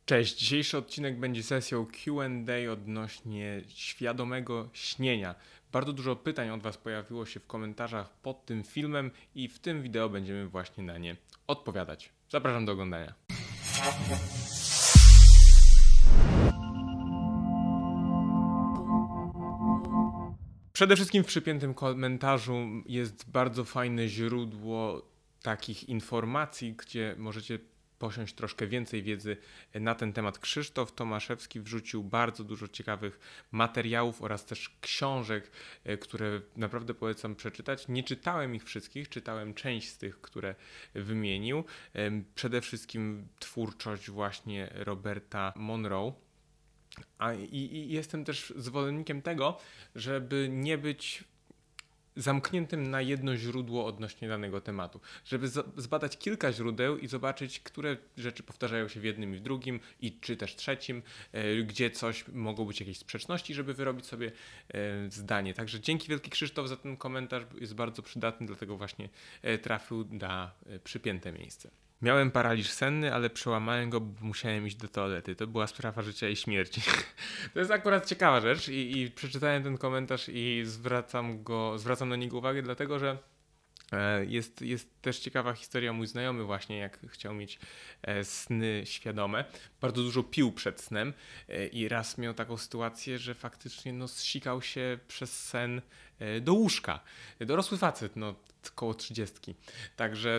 Cześć, dzisiejszy odcinek będzie sesją Q&A odnośnie świadomego śnienia. Bardzo dużo pytań od Was pojawiło się w komentarzach pod tym filmem i w tym wideo będziemy właśnie na nie odpowiadać. Zapraszam do oglądania. Przede wszystkim w przypiętym komentarzu jest bardzo fajne źródło takich informacji, gdzie możecie posiąść troszkę więcej wiedzy na ten temat. Krzysztof Tomaszewski wrzucił bardzo dużo ciekawych materiałów oraz też książek, które naprawdę polecam przeczytać. Nie czytałem ich wszystkich, czytałem część z tych, które wymienił. Przede wszystkim twórczość właśnie Roberta Monroe. I jestem też zwolennikiem tego, żeby nie być zamkniętym na jedno źródło odnośnie danego tematu. Żeby zbadać kilka źródeł i zobaczyć, które rzeczy powtarzają się w jednym i w drugim, czy też trzecim, gdzie coś mogą być jakieś sprzeczności, żeby wyrobić sobie zdanie. Także dzięki wielki Krzysztof za ten komentarz, jest bardzo przydatny, dlatego właśnie trafił na przypięte miejsce. Miałem paraliż senny, ale przełamałem go, bo musiałem iść do toalety. To była sprawa życia i śmierci. To jest akurat ciekawa rzecz i przeczytałem ten komentarz i zwracam na niego uwagę, dlatego że jest też ciekawa historia. Mój znajomy właśnie, jak chciał mieć sny świadome, bardzo dużo pił przed snem i raz miał taką sytuację, że faktycznie zsikał się przez sen do łóżka. Dorosły facet, koło 30. Także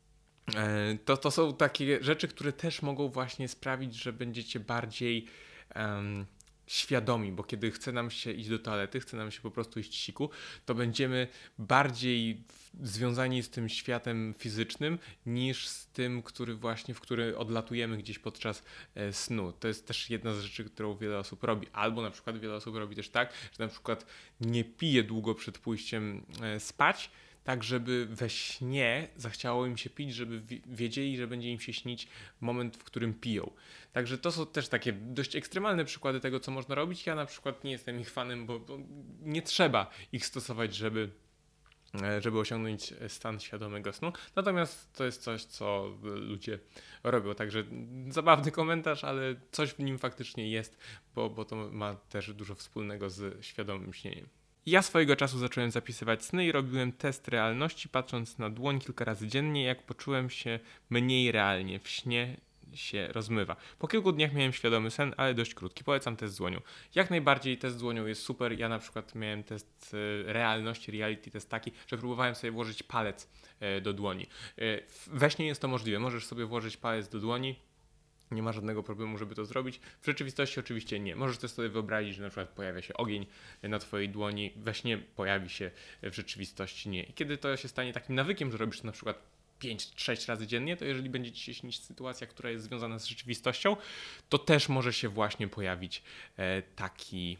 to są takie rzeczy, które też mogą właśnie sprawić, że będziecie bardziej świadomi, bo kiedy chce nam się iść do toalety, chce nam się po prostu iść siku, to będziemy bardziej związani z tym światem fizycznym niż z tym, w który odlatujemy gdzieś podczas snu. To jest też jedna z rzeczy, którą wiele osób robi. Albo na przykład wiele osób robi też tak, że na przykład nie pije długo przed pójściem spać, tak żeby we śnie zachciało im się pić, żeby wiedzieli, że będzie im się śnić moment, w którym piją. Także to są też takie dość ekstremalne przykłady tego, co można robić. Ja na przykład nie jestem ich fanem, bo nie trzeba ich stosować, żeby osiągnąć stan świadomego snu. Natomiast to jest coś, co ludzie robią. Także zabawny komentarz, ale coś w nim faktycznie jest, bo to ma też dużo wspólnego z świadomym śnieniem. Ja swojego czasu zacząłem zapisywać sny i robiłem test realności, patrząc na dłoń kilka razy dziennie. Jak poczułem się mniej realnie, w śnie się rozmywa. Po kilku dniach miałem świadomy sen, ale dość krótki. Polecam test z dłonią. Jak najbardziej test z dłonią jest super. Ja na przykład miałem test realności, reality test taki, że próbowałem sobie włożyć palec do dłoni. We śnie jest to możliwe. Możesz sobie włożyć palec do dłoni. Nie ma żadnego problemu, żeby to zrobić. W rzeczywistości oczywiście nie. Możesz też sobie wyobrazić, że na przykład pojawia się ogień na twojej dłoni. We śnie pojawi się, w rzeczywistości nie. I kiedy to się stanie takim nawykiem, że robisz to na przykład 5-6 razy dziennie, to jeżeli będzie ci się śnić sytuacja, która jest związana z rzeczywistością, to też może się właśnie pojawić taki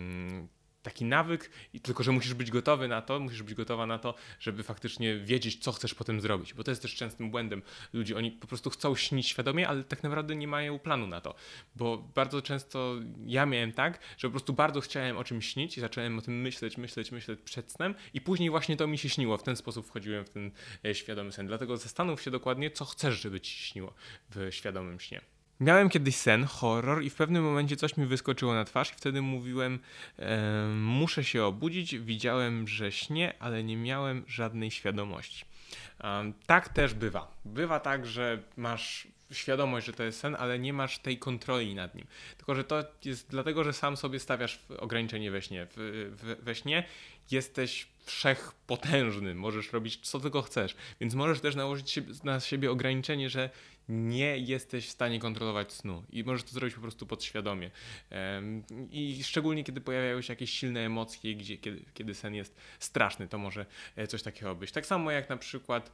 nawyk, tylko że musisz być gotowy na to, gotowa na to, żeby faktycznie wiedzieć, co chcesz potem zrobić, bo to jest też częstym błędem ludzi. Oni po prostu chcą śnić świadomie, ale tak naprawdę nie mają planu na to, bo bardzo często ja miałem tak, że po prostu bardzo chciałem o czymś śnić i zacząłem o tym myśleć przed snem i później właśnie to mi się śniło. W ten sposób wchodziłem w ten świadomy sen. Dlatego zastanów się dokładnie, co chcesz, żeby ci się śniło w świadomym śnie. Miałem kiedyś sen, horror i w pewnym momencie coś mi wyskoczyło na twarz i wtedy mówiłem, muszę się obudzić, widziałem, że śnię, ale nie miałem żadnej świadomości. Tak też bywa. Bywa tak, że masz świadomość, że to jest sen, ale nie masz tej kontroli nad nim. Tylko że to jest dlatego, że sam sobie stawiasz ograniczenie we śnie. We śnie jesteś wszechpotężny, możesz robić co tylko chcesz, więc możesz też nałożyć na siebie ograniczenie, że nie jesteś w stanie kontrolować snu i możesz to zrobić po prostu podświadomie. I szczególnie kiedy pojawiają się jakieś silne emocje, kiedy sen jest straszny, to może coś takiego być. Tak samo jak na przykład,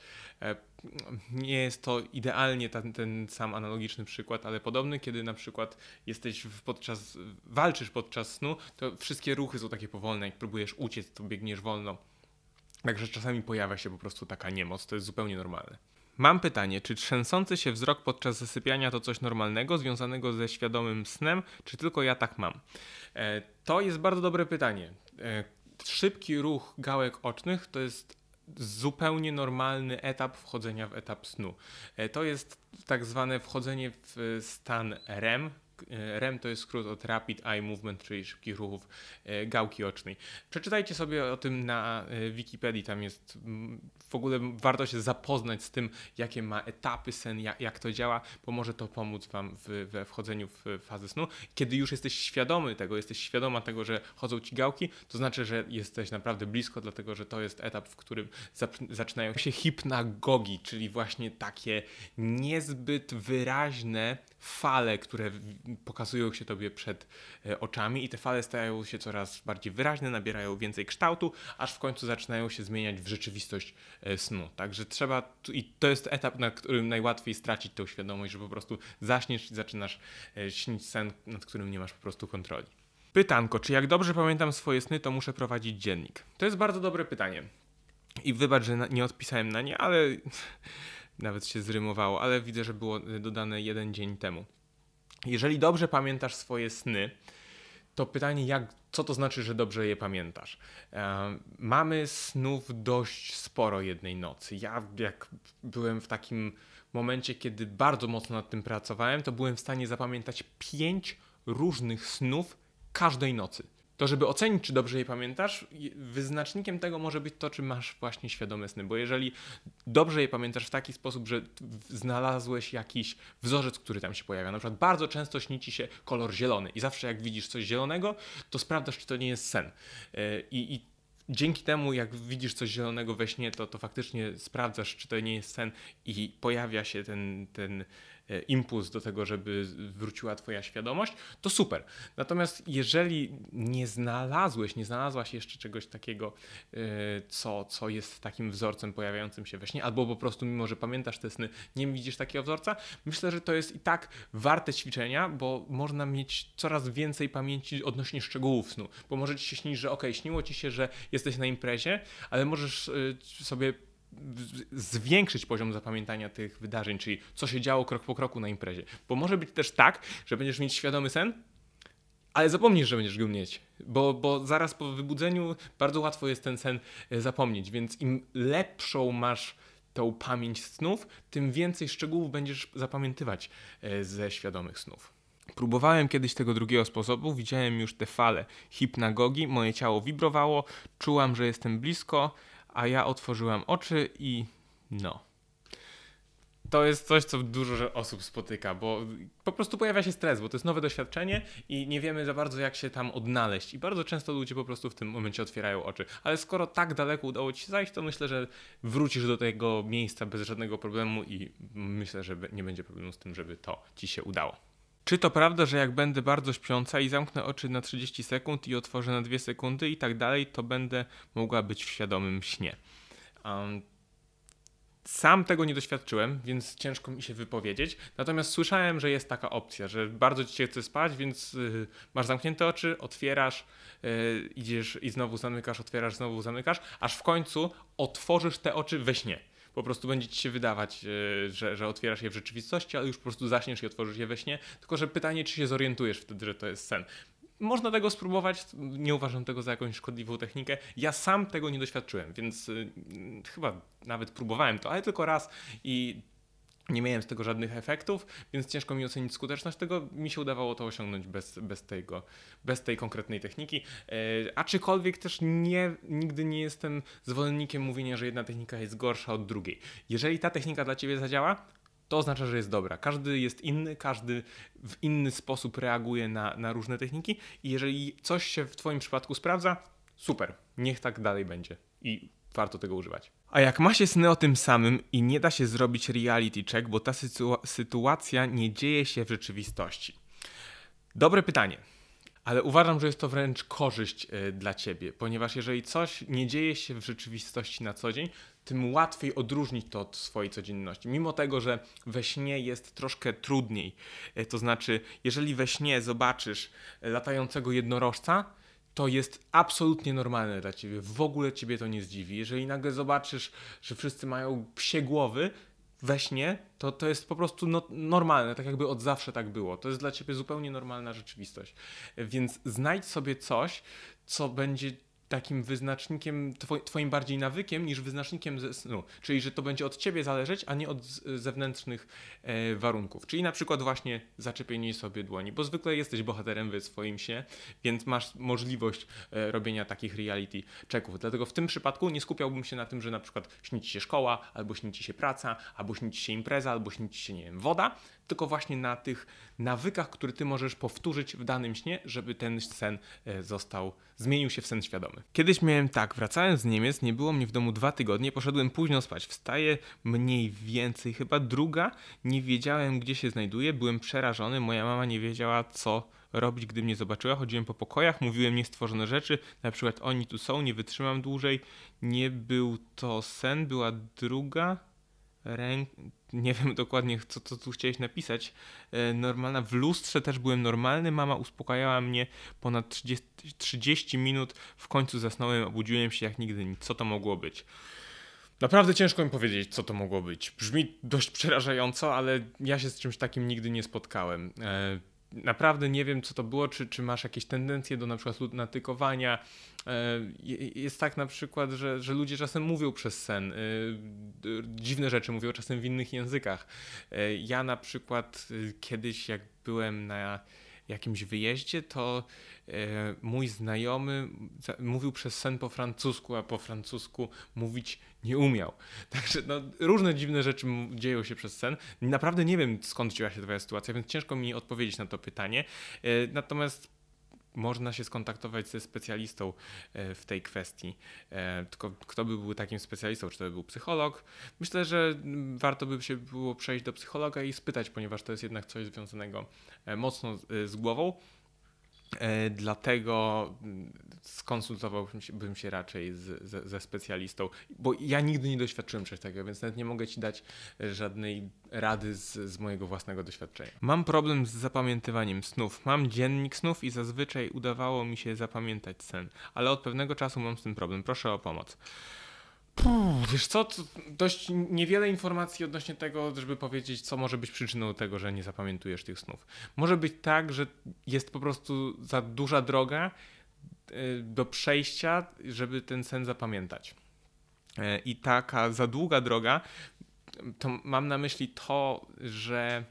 nie jest to idealnie ten sam analogiczny przykład, ale podobny, kiedy na przykład walczysz podczas snu, to wszystkie ruchy są takie powolne, jak próbujesz uciec, to biegniesz wolno. Także czasami pojawia się po prostu taka niemoc, to jest zupełnie normalne. Mam pytanie, czy trzęsący się wzrok podczas zasypiania to coś normalnego, związanego ze świadomym snem, czy tylko ja tak mam? To jest bardzo dobre pytanie. Szybki ruch gałek ocznych to jest zupełnie normalny etap wchodzenia w etap snu. To jest tak zwane wchodzenie w stan REM. REM to jest skrót od Rapid Eye Movement, czyli szybkich ruchów gałki ocznej. Przeczytajcie sobie o tym na Wikipedii, tam jest w ogóle warto się zapoznać z tym, jakie ma etapy sen, jak to działa, bo może to pomóc wam we wchodzeniu w fazę snu. Kiedy już jesteś świadomy tego, jesteś świadoma tego, że chodzą ci gałki, to znaczy, że jesteś naprawdę blisko, dlatego że to jest etap, w którym zaczynają się hipnagogi, czyli właśnie takie niezbyt wyraźne fale, które pokazują się tobie przed oczami i te fale stają się coraz bardziej wyraźne, nabierają więcej kształtu, aż w końcu zaczynają się zmieniać w rzeczywistość snu. Także trzeba, i to jest etap, na którym najłatwiej stracić tę świadomość, że po prostu zaśniesz i zaczynasz śnić sen, nad którym nie masz po prostu kontroli. Pytanko, czy jak dobrze pamiętam swoje sny, to muszę prowadzić dziennik? To jest bardzo dobre pytanie. I wybacz, że nie odpisałem na nie, ale nawet się zrymowało, ale widzę, że było dodane 1 dzień temu. Jeżeli dobrze pamiętasz swoje sny, to pytanie, co to znaczy, że dobrze je pamiętasz? Mamy snów dość sporo jednej nocy. Ja jak byłem w takim momencie, kiedy bardzo mocno nad tym pracowałem, to byłem w stanie zapamiętać 5 różnych snów każdej nocy. To, żeby ocenić, czy dobrze je pamiętasz, wyznacznikiem tego może być to, czy masz właśnie świadome sny, bo jeżeli dobrze je pamiętasz w taki sposób, że znalazłeś jakiś wzorzec, który tam się pojawia, na przykład bardzo często śni ci się kolor zielony i zawsze jak widzisz coś zielonego, to sprawdzasz, czy to nie jest sen. I dzięki temu, jak widzisz coś zielonego we śnie, to faktycznie sprawdzasz, czy to nie jest sen i pojawia się ten impuls do tego, żeby wróciła twoja świadomość, to super. Natomiast jeżeli nie znalazłaś jeszcze czegoś takiego, co jest takim wzorcem pojawiającym się we śnie, albo po prostu mimo, że pamiętasz te sny, nie widzisz takiego wzorca, myślę, że to jest i tak warte ćwiczenia, bo można mieć coraz więcej pamięci odnośnie szczegółów snu, bo może ci się śnić, że śniło ci się, że jesteś na imprezie, ale możesz sobie zwiększyć poziom zapamiętania tych wydarzeń, czyli co się działo krok po kroku na imprezie. Bo może być też tak, że będziesz mieć świadomy sen, ale zapomnisz, że będziesz go mieć, bo zaraz po wybudzeniu bardzo łatwo jest ten sen zapomnieć, więc im lepszą masz tą pamięć snów, tym więcej szczegółów będziesz zapamiętywać ze świadomych snów. Próbowałem kiedyś tego drugiego sposobu, widziałem już te fale hipnagogi, moje ciało wibrowało, czułam, że jestem blisko, a ja otworzyłam oczy i to jest coś, co dużo osób spotyka, bo po prostu pojawia się stres, bo to jest nowe doświadczenie i nie wiemy za bardzo, jak się tam odnaleźć. I bardzo często ludzie po prostu w tym momencie otwierają oczy. Ale skoro tak daleko udało ci się zajść, to myślę, że wrócisz do tego miejsca bez żadnego problemu i myślę, że nie będzie problemu z tym, żeby to ci się udało. Czy to prawda, że jak będę bardzo śpiąca i zamknę oczy na 30 sekund i otworzę na 2 sekundy i tak dalej, to będę mogła być w świadomym śnie? Sam tego nie doświadczyłem, więc ciężko mi się wypowiedzieć. Natomiast słyszałem, że jest taka opcja, że bardzo ci się chce spać, więc masz zamknięte oczy, otwierasz, idziesz i znowu zamykasz, otwierasz, znowu zamykasz, aż w końcu otworzysz te oczy we śnie. Po prostu będzie ci się wydawać, że otwierasz je w rzeczywistości, ale już po prostu zaśniesz i otworzysz je we śnie. Tylko że pytanie, czy się zorientujesz wtedy, że to jest sen. Można tego spróbować, nie uważam tego za jakąś szkodliwą technikę. Ja sam tego nie doświadczyłem, więc chyba nawet próbowałem to, ale tylko raz i nie miałem z tego żadnych efektów, więc ciężko mi ocenić skuteczność tego. Mi się udawało to osiągnąć bez tej konkretnej techniki. Aczkolwiek też nigdy nie jestem zwolennikiem mówienia, że jedna technika jest gorsza od drugiej. Jeżeli ta technika dla ciebie zadziała, to oznacza, że jest dobra. Każdy jest inny, każdy w inny sposób reaguje na różne techniki i jeżeli coś się w twoim przypadku sprawdza, super, niech tak dalej będzie i warto tego używać. A jak ma się sny o tym samym i nie da się zrobić reality check, bo ta sytuacja nie dzieje się w rzeczywistości? Dobre pytanie. Ale uważam, że jest to wręcz korzyść dla ciebie, ponieważ jeżeli coś nie dzieje się w rzeczywistości na co dzień, tym łatwiej odróżnić to od swojej codzienności. Mimo tego, że we śnie jest troszkę trudniej. To znaczy, jeżeli we śnie zobaczysz latającego jednorożca, to jest absolutnie normalne dla ciebie. W ogóle ciebie to nie zdziwi. Jeżeli nagle zobaczysz, że wszyscy mają psie głowy we śnie, to jest po prostu normalne, tak jakby od zawsze tak było. To jest dla ciebie zupełnie normalna rzeczywistość. Więc znajdź sobie coś, co będzie takim wyznacznikiem, twoim bardziej nawykiem niż wyznacznikiem ze snu. Czyli, że to będzie od ciebie zależeć, a nie od zewnętrznych warunków. Czyli na przykład właśnie zaczepienie sobie dłoni, bo zwykle jesteś bohaterem w swoim śnie, więc masz możliwość robienia takich reality checków. Dlatego w tym przypadku nie skupiałbym się na tym, że na przykład śni ci się szkoła, albo śni ci się praca, albo śni ci się impreza, albo śni ci się, nie wiem, woda, tylko właśnie na tych nawykach, które ty możesz powtórzyć w danym śnie, żeby ten sen zmienił się w sen świadomy. Kiedyś miałem tak, wracając z Niemiec, nie było mnie w domu 2 tygodnie, poszedłem późno spać, wstaję mniej więcej, chyba 2, nie wiedziałem gdzie się znajduję, byłem przerażony, moja mama nie wiedziała co robić, gdy mnie zobaczyła, chodziłem po pokojach, mówiłem niestworzone rzeczy, na przykład oni tu są, nie wytrzymam dłużej, nie był to sen, była druga nie wiem dokładnie, co tu chciałeś napisać. Normalna. W lustrze też byłem normalny. Mama uspokajała mnie ponad 30 minut. W końcu zasnąłem, obudziłem się jak nigdy nic. Co to mogło być? Naprawdę ciężko mi powiedzieć, co to mogło być. Brzmi dość przerażająco, ale ja się z czymś takim nigdy nie spotkałem. Naprawdę nie wiem, co to było, czy masz jakieś tendencje do na przykład lunatykowania. Jest tak na przykład, że ludzie czasem mówią przez sen. Dziwne rzeczy mówią czasem w innych językach. Ja na przykład kiedyś jak byłem na jakimś wyjeździe, to mój znajomy mówił przez sen po francusku, a po francusku mówić nie umiał. Także różne dziwne rzeczy dzieją się przez sen. Naprawdę nie wiem, skąd wzięła się twoja sytuacja, więc ciężko mi odpowiedzieć na to pytanie. Natomiast można się skontaktować ze specjalistą w tej kwestii. Tylko kto by był takim specjalistą? Czy to by był psycholog? Myślę, że warto by się było przejść do psychologa i spytać, ponieważ to jest jednak coś związanego mocno z głową. Dlatego skonsultowałbym się raczej ze specjalistą, bo ja nigdy nie doświadczyłem czegoś takiego, więc nawet nie mogę ci dać żadnej rady z mojego własnego doświadczenia. Mam problem z zapamiętywaniem snów. Mam dziennik snów i zazwyczaj udawało mi się zapamiętać sen, ale od pewnego czasu mam z tym problem. Proszę o pomoc. Wiesz co, to dość niewiele informacji odnośnie tego, żeby powiedzieć, co może być przyczyną tego, że nie zapamiętujesz tych snów. Może być tak, że jest po prostu za duża droga do przejścia, żeby ten sen zapamiętać. I taka za długa droga, to mam na myśli to, że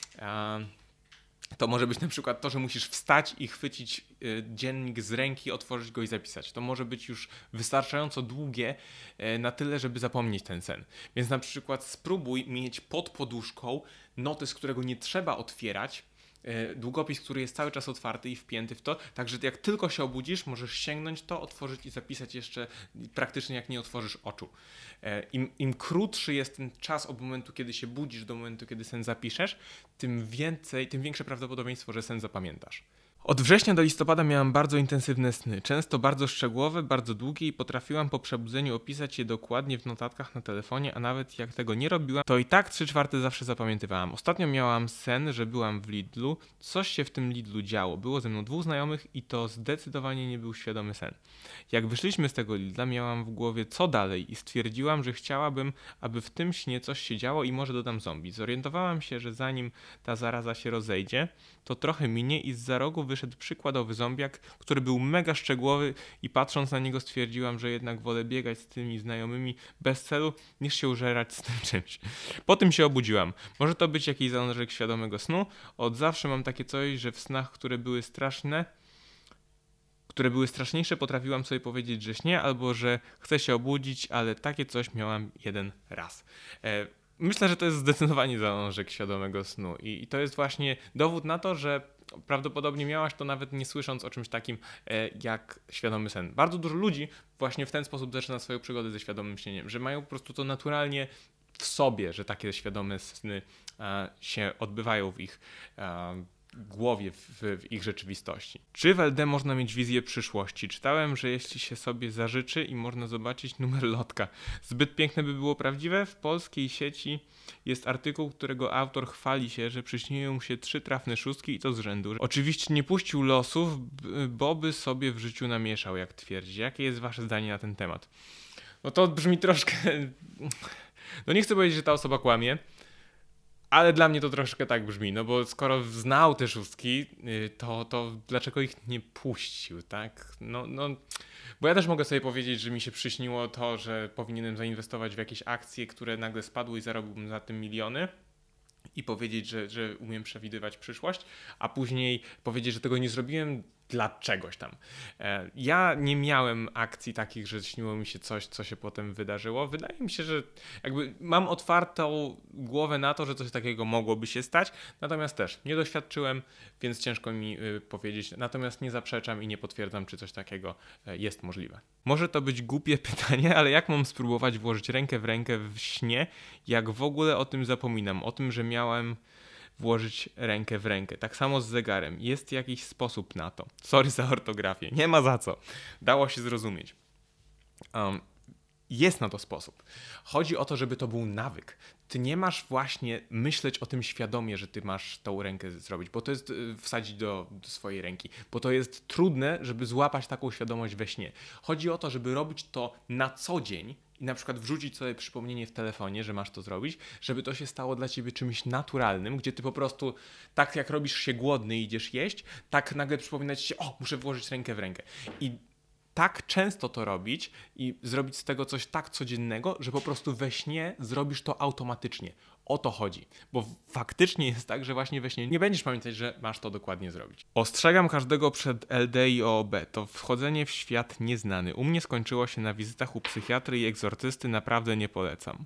to może być na przykład to, że musisz wstać i chwycić dziennik z ręki, otworzyć go i zapisać. To może być już wystarczająco długie na tyle, żeby zapomnieć ten sen. Więc na przykład spróbuj mieć pod poduszką notes, którego nie trzeba otwierać, długopis, który jest cały czas otwarty i wpięty w to, także jak tylko się obudzisz, możesz sięgnąć to, otworzyć i zapisać jeszcze praktycznie jak nie otworzysz oczu. Im krótszy jest ten czas od momentu, kiedy się budzisz do momentu, kiedy sen zapiszesz, tym większe prawdopodobieństwo, że sen zapamiętasz. Od września do listopada miałam bardzo intensywne sny, często bardzo szczegółowe, bardzo długie i potrafiłam po przebudzeniu opisać je dokładnie w notatkach na telefonie, a nawet jak tego nie robiłam, to i tak 3/4 zawsze zapamiętywałam. Ostatnio miałam sen, że byłam w Lidlu, coś się w tym Lidlu działo, było ze mną 2 znajomych i to zdecydowanie nie był świadomy sen. Jak wyszliśmy z tego Lidla, miałam w głowie co dalej i stwierdziłam, że chciałabym, aby w tym śnie coś się działo i może dodam zombie. Zorientowałam się, że zanim ta zaraza się rozejdzie, to trochę minie i zza rogu wyszedł przykładowy zombiak, który był mega szczegółowy i patrząc na niego stwierdziłam, że jednak wolę biegać z tymi znajomymi bez celu, niż się użerać z tym czymś. Po tym się obudziłam. Może to być jakiś zalążek świadomego snu? Od zawsze mam takie coś, że w snach, które były straszniejsze, potrafiłam sobie powiedzieć, że śnię, albo że chcę się obudzić, ale takie coś miałam 1 raz. Myślę, że to jest zdecydowanie zalążek świadomego snu i to jest właśnie dowód na to, że prawdopodobnie miałaś to nawet nie słysząc o czymś takim jak świadomy sen. Bardzo dużo ludzi właśnie w ten sposób zaczyna swoją przygodę ze świadomym śnieniem, że mają po prostu to naturalnie w sobie, że takie świadome sny się odbywają w ich głowie, w ich rzeczywistości. Czy w LD można mieć wizję przyszłości? Czytałem, że jeśli się sobie zażyczy i można zobaczyć numer lotka. Zbyt piękne by było prawdziwe? W polskiej sieci jest artykuł, którego autor chwali się, że przyśniły mu się 3 trafne szóstki i to z rzędu. Oczywiście nie puścił losów, bo by sobie w życiu namieszał, jak twierdzi. Jakie jest wasze zdanie na ten temat? No to brzmi troszkę... No nie chcę powiedzieć, że ta osoba kłamie, Ale dla mnie to troszkę tak brzmi, no bo skoro znał te szóstki, to dlaczego ich nie puścił, tak? No, bo ja też mogę sobie powiedzieć, że mi się przyśniło to, że powinienem zainwestować w jakieś akcje, które nagle spadły i zarobiłbym na tym miliony i powiedzieć, że umiem przewidywać przyszłość, a później powiedzieć, że tego nie zrobiłem dla czegoś tam. Ja nie miałem akcji takich, że śniło mi się coś, co się potem wydarzyło. Wydaje mi się, że jakby mam otwartą głowę na to, że coś takiego mogłoby się stać, natomiast też nie doświadczyłem, więc ciężko mi powiedzieć. Natomiast nie zaprzeczam i nie potwierdzam, czy coś takiego jest możliwe. Może to być głupie pytanie, ale jak mam spróbować włożyć rękę w rękę w śnie, jak w ogóle o tym zapominam, o tym, że miałem włożyć rękę w rękę. Tak samo z zegarem. Jest jakiś sposób na to. Sorry za ortografię. Nie ma za co. Dało się zrozumieć. Jest na to sposób. Chodzi o to, żeby to był nawyk. Ty nie masz właśnie myśleć o tym świadomie, że ty masz tą rękę zrobić, bo to jest wsadzić do swojej ręki, bo to jest trudne, żeby złapać taką świadomość we śnie. Chodzi o to, żeby robić to na co dzień i na przykład wrzucić sobie przypomnienie w telefonie, że masz to zrobić, żeby to się stało dla ciebie czymś naturalnym, gdzie ty po prostu, tak jak robisz się głodny i idziesz jeść, tak nagle przypomina ci się, o, muszę włożyć rękę w rękę. I tak często to robić i zrobić z tego coś tak codziennego, że po prostu we śnie zrobisz to automatycznie. O to chodzi. Bo faktycznie jest tak, że właśnie we śnie nie będziesz pamiętać, że masz to dokładnie zrobić. Ostrzegam każdego przed LD i OOB. To wchodzenie w świat nieznany. U mnie skończyło się na wizytach u psychiatry i egzorcysty. Naprawdę nie polecam.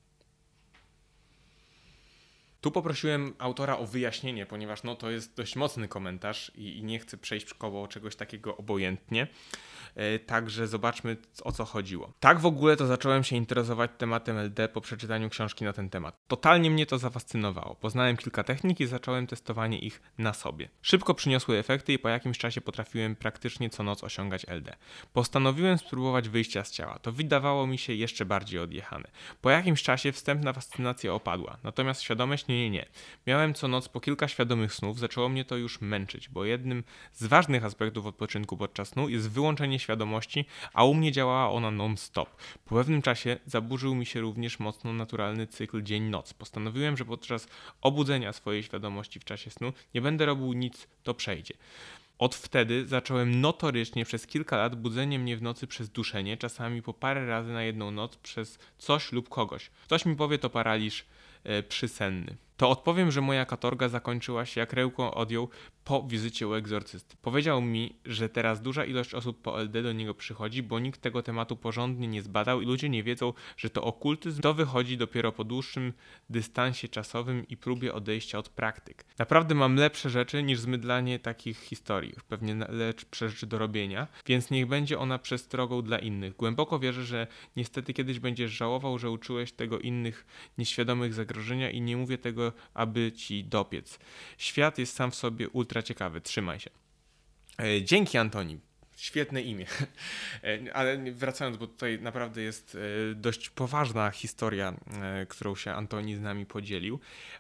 Tu poprosiłem autora o wyjaśnienie, ponieważ no, to jest dość mocny komentarz i nie chcę przejść koło czegoś takiego obojętnie. Także zobaczmy, o co chodziło. Tak w ogóle to zacząłem się interesować tematem LD po przeczytaniu książki na ten temat. Totalnie mnie to zafascynowało. Poznałem kilka technik i zacząłem testowanie ich na sobie. Szybko przyniosły efekty i po jakimś czasie potrafiłem praktycznie co noc osiągać LD. Postanowiłem spróbować wyjścia z ciała. To wydawało mi się jeszcze bardziej odjechane. Po jakimś czasie wstępna fascynacja opadła. Natomiast świadome śnienie nie. Miałem co noc po kilka świadomych snów, zaczęło mnie to już męczyć, bo jednym z ważnych aspektów odpoczynku podczas snu jest wyłączenie świadomości, a u mnie działała ona non-stop. Po pewnym czasie zaburzył mi się również mocno naturalny cykl dzień-noc. Postanowiłem, że podczas obudzenia swojej świadomości w czasie snu nie będę robił nic, to przejdzie. Od wtedy zacząłem notorycznie przez kilka lat budzenie mnie w nocy przez duszenie, czasami po parę razy na jedną noc przez coś lub kogoś. Ktoś mi powie, to paraliż przysenny. To odpowiem, że moja katorga zakończyła się, jak Rełko odjął po wizycie u egzorcysty. Powiedział mi, że teraz duża ilość osób po LD do niego przychodzi, bo nikt tego tematu porządnie nie zbadał i ludzie nie wiedzą, że to okultyzm to wychodzi dopiero po dłuższym dystansie czasowym i próbie odejścia od praktyk. Naprawdę mam lepsze rzeczy niż zmydlanie takich historii, pewnie lepsze rzeczy do robienia, więc niech będzie ona przestrogą dla innych. Głęboko wierzę, że niestety kiedyś będziesz żałował, że uczyłeś tego innych nieświadomych zagrożenia i nie mówię tego, aby ci dopiec. Świat jest sam w sobie ultra ciekawy. Trzymaj się. Dzięki, Antoni. Świetne imię. Ale wracając, bo tutaj naprawdę jest dość poważna historia, którą się Antoni z nami podzielił.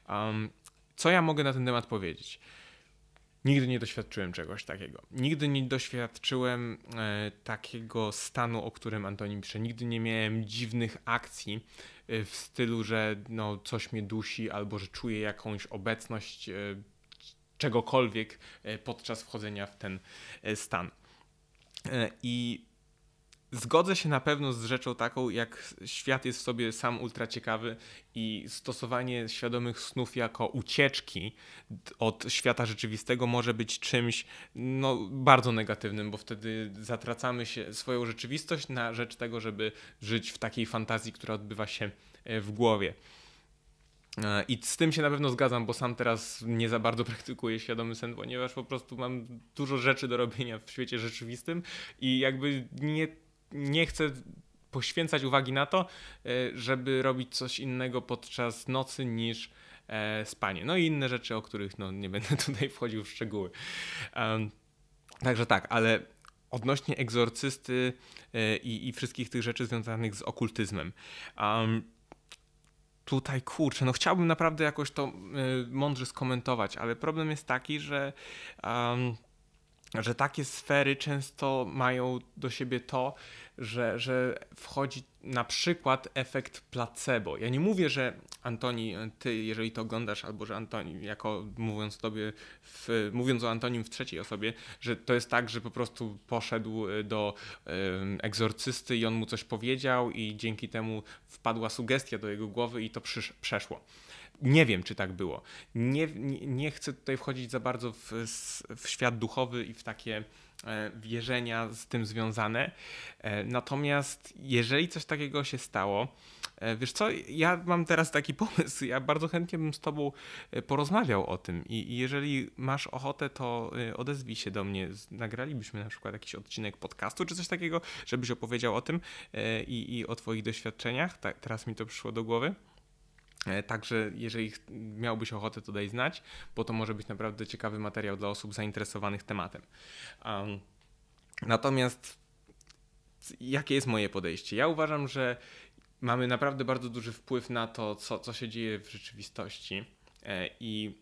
Co ja mogę na ten temat powiedzieć? Nigdy nie doświadczyłem czegoś takiego. Nigdy nie doświadczyłem takiego stanu, o którym Antoni pisze. Nigdy nie miałem dziwnych akcji w stylu, że no, coś mnie dusi albo że czuję jakąś obecność czegokolwiek podczas wchodzenia w ten stan. I zgodzę się na pewno z rzeczą taką, jak świat jest w sobie sam ultra ciekawy i stosowanie świadomych snów jako ucieczki od świata rzeczywistego może być czymś no, bardzo negatywnym, bo wtedy zatracamy się swoją rzeczywistość na rzecz tego, żeby żyć w takiej fantazji, która odbywa się w głowie. I z tym się na pewno zgadzam, bo sam teraz nie za bardzo praktykuję świadomy sen, ponieważ po prostu mam dużo rzeczy do robienia w świecie rzeczywistym i jakby nie chcę poświęcać uwagi na to, żeby robić coś innego podczas nocy niż spanie. No i inne rzeczy, o których no, nie będę tutaj wchodził w szczegóły. Także tak, ale odnośnie egzorcysty i wszystkich tych rzeczy związanych z okultyzmem. Tutaj, kurczę, no chciałbym naprawdę jakoś to mądrze skomentować, ale problem jest taki, że takie sfery często mają do siebie to, że wchodzi na przykład efekt placebo. Ja nie mówię, że Antoni, ty jeżeli to oglądasz, albo że Antoni, mówiąc o Antonim w trzeciej osobie, że to jest tak, że po prostu poszedł do egzorcysty i on mu coś powiedział i dzięki temu wpadła sugestia do jego głowy i to przeszło. Nie wiem, czy tak było. Nie chcę tutaj wchodzić za bardzo w świat duchowy i w takie wierzenia z tym związane. Natomiast jeżeli coś takiego się stało, wiesz co, ja mam teraz taki pomysł, ja bardzo chętnie bym z tobą porozmawiał o tym i jeżeli masz ochotę, to odezwij się do mnie, nagralibyśmy na przykład jakiś odcinek podcastu czy coś takiego, żebyś opowiedział o tym i o twoich doświadczeniach. Teraz mi to przyszło do głowy. Także jeżeli miałbyś ochotę, to daj znać, bo to może być naprawdę ciekawy materiał dla osób zainteresowanych tematem. Natomiast jakie jest moje podejście? Ja uważam, że mamy naprawdę bardzo duży wpływ na to, co się dzieje w rzeczywistości i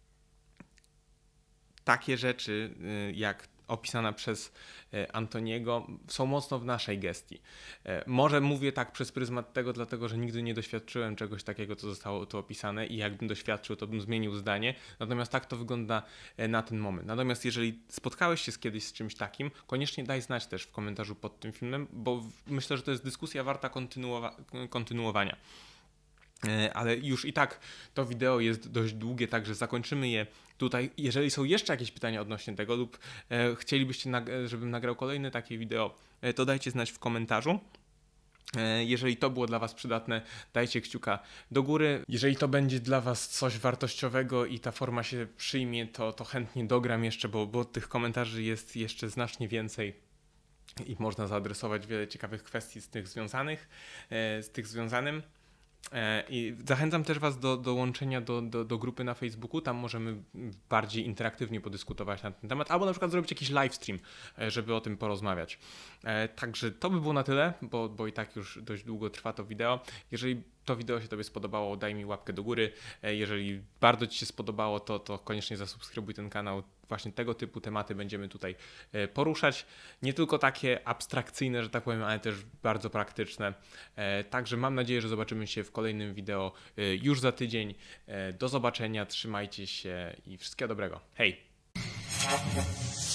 takie rzeczy jak opisana przez Antoniego są mocno w naszej gestii. Może mówię tak przez pryzmat tego, dlatego że nigdy nie doświadczyłem czegoś takiego, co zostało tu opisane i jakbym doświadczył, to bym zmienił zdanie. Natomiast tak to wygląda na ten moment. Natomiast jeżeli spotkałeś się kiedyś z czymś takim, koniecznie daj znać też w komentarzu pod tym filmem, bo myślę, że to jest dyskusja warta kontynuowania. Ale już i tak to wideo jest dość długie, także zakończymy je tutaj. Jeżeli są jeszcze jakieś pytania odnośnie tego lub chcielibyście, żebym nagrał kolejne takie wideo, to dajcie znać w komentarzu. Jeżeli to było dla Was przydatne, dajcie kciuka do góry. Jeżeli to będzie dla Was coś wartościowego i ta forma się przyjmie, to chętnie dogram jeszcze, bo tych komentarzy jest jeszcze znacznie więcej i można zaadresować wiele ciekawych kwestii z tych związanym. I zachęcam też Was do dołączenia do grupy na Facebooku, tam możemy bardziej interaktywnie podyskutować na ten temat, albo na przykład zrobić jakiś livestream, żeby o tym porozmawiać. Także to by było na tyle, bo i tak już dość długo trwa to wideo. Jeżeli to wideo się Tobie spodobało, daj mi łapkę do góry. Jeżeli bardzo Ci się spodobało, to koniecznie zasubskrybuj ten kanał. Właśnie tego typu tematy będziemy tutaj poruszać. Nie tylko takie abstrakcyjne, że tak powiem, ale też bardzo praktyczne. Także mam nadzieję, że zobaczymy się w kolejnym wideo już za tydzień. Do zobaczenia, trzymajcie się i wszystkiego dobrego. Hej!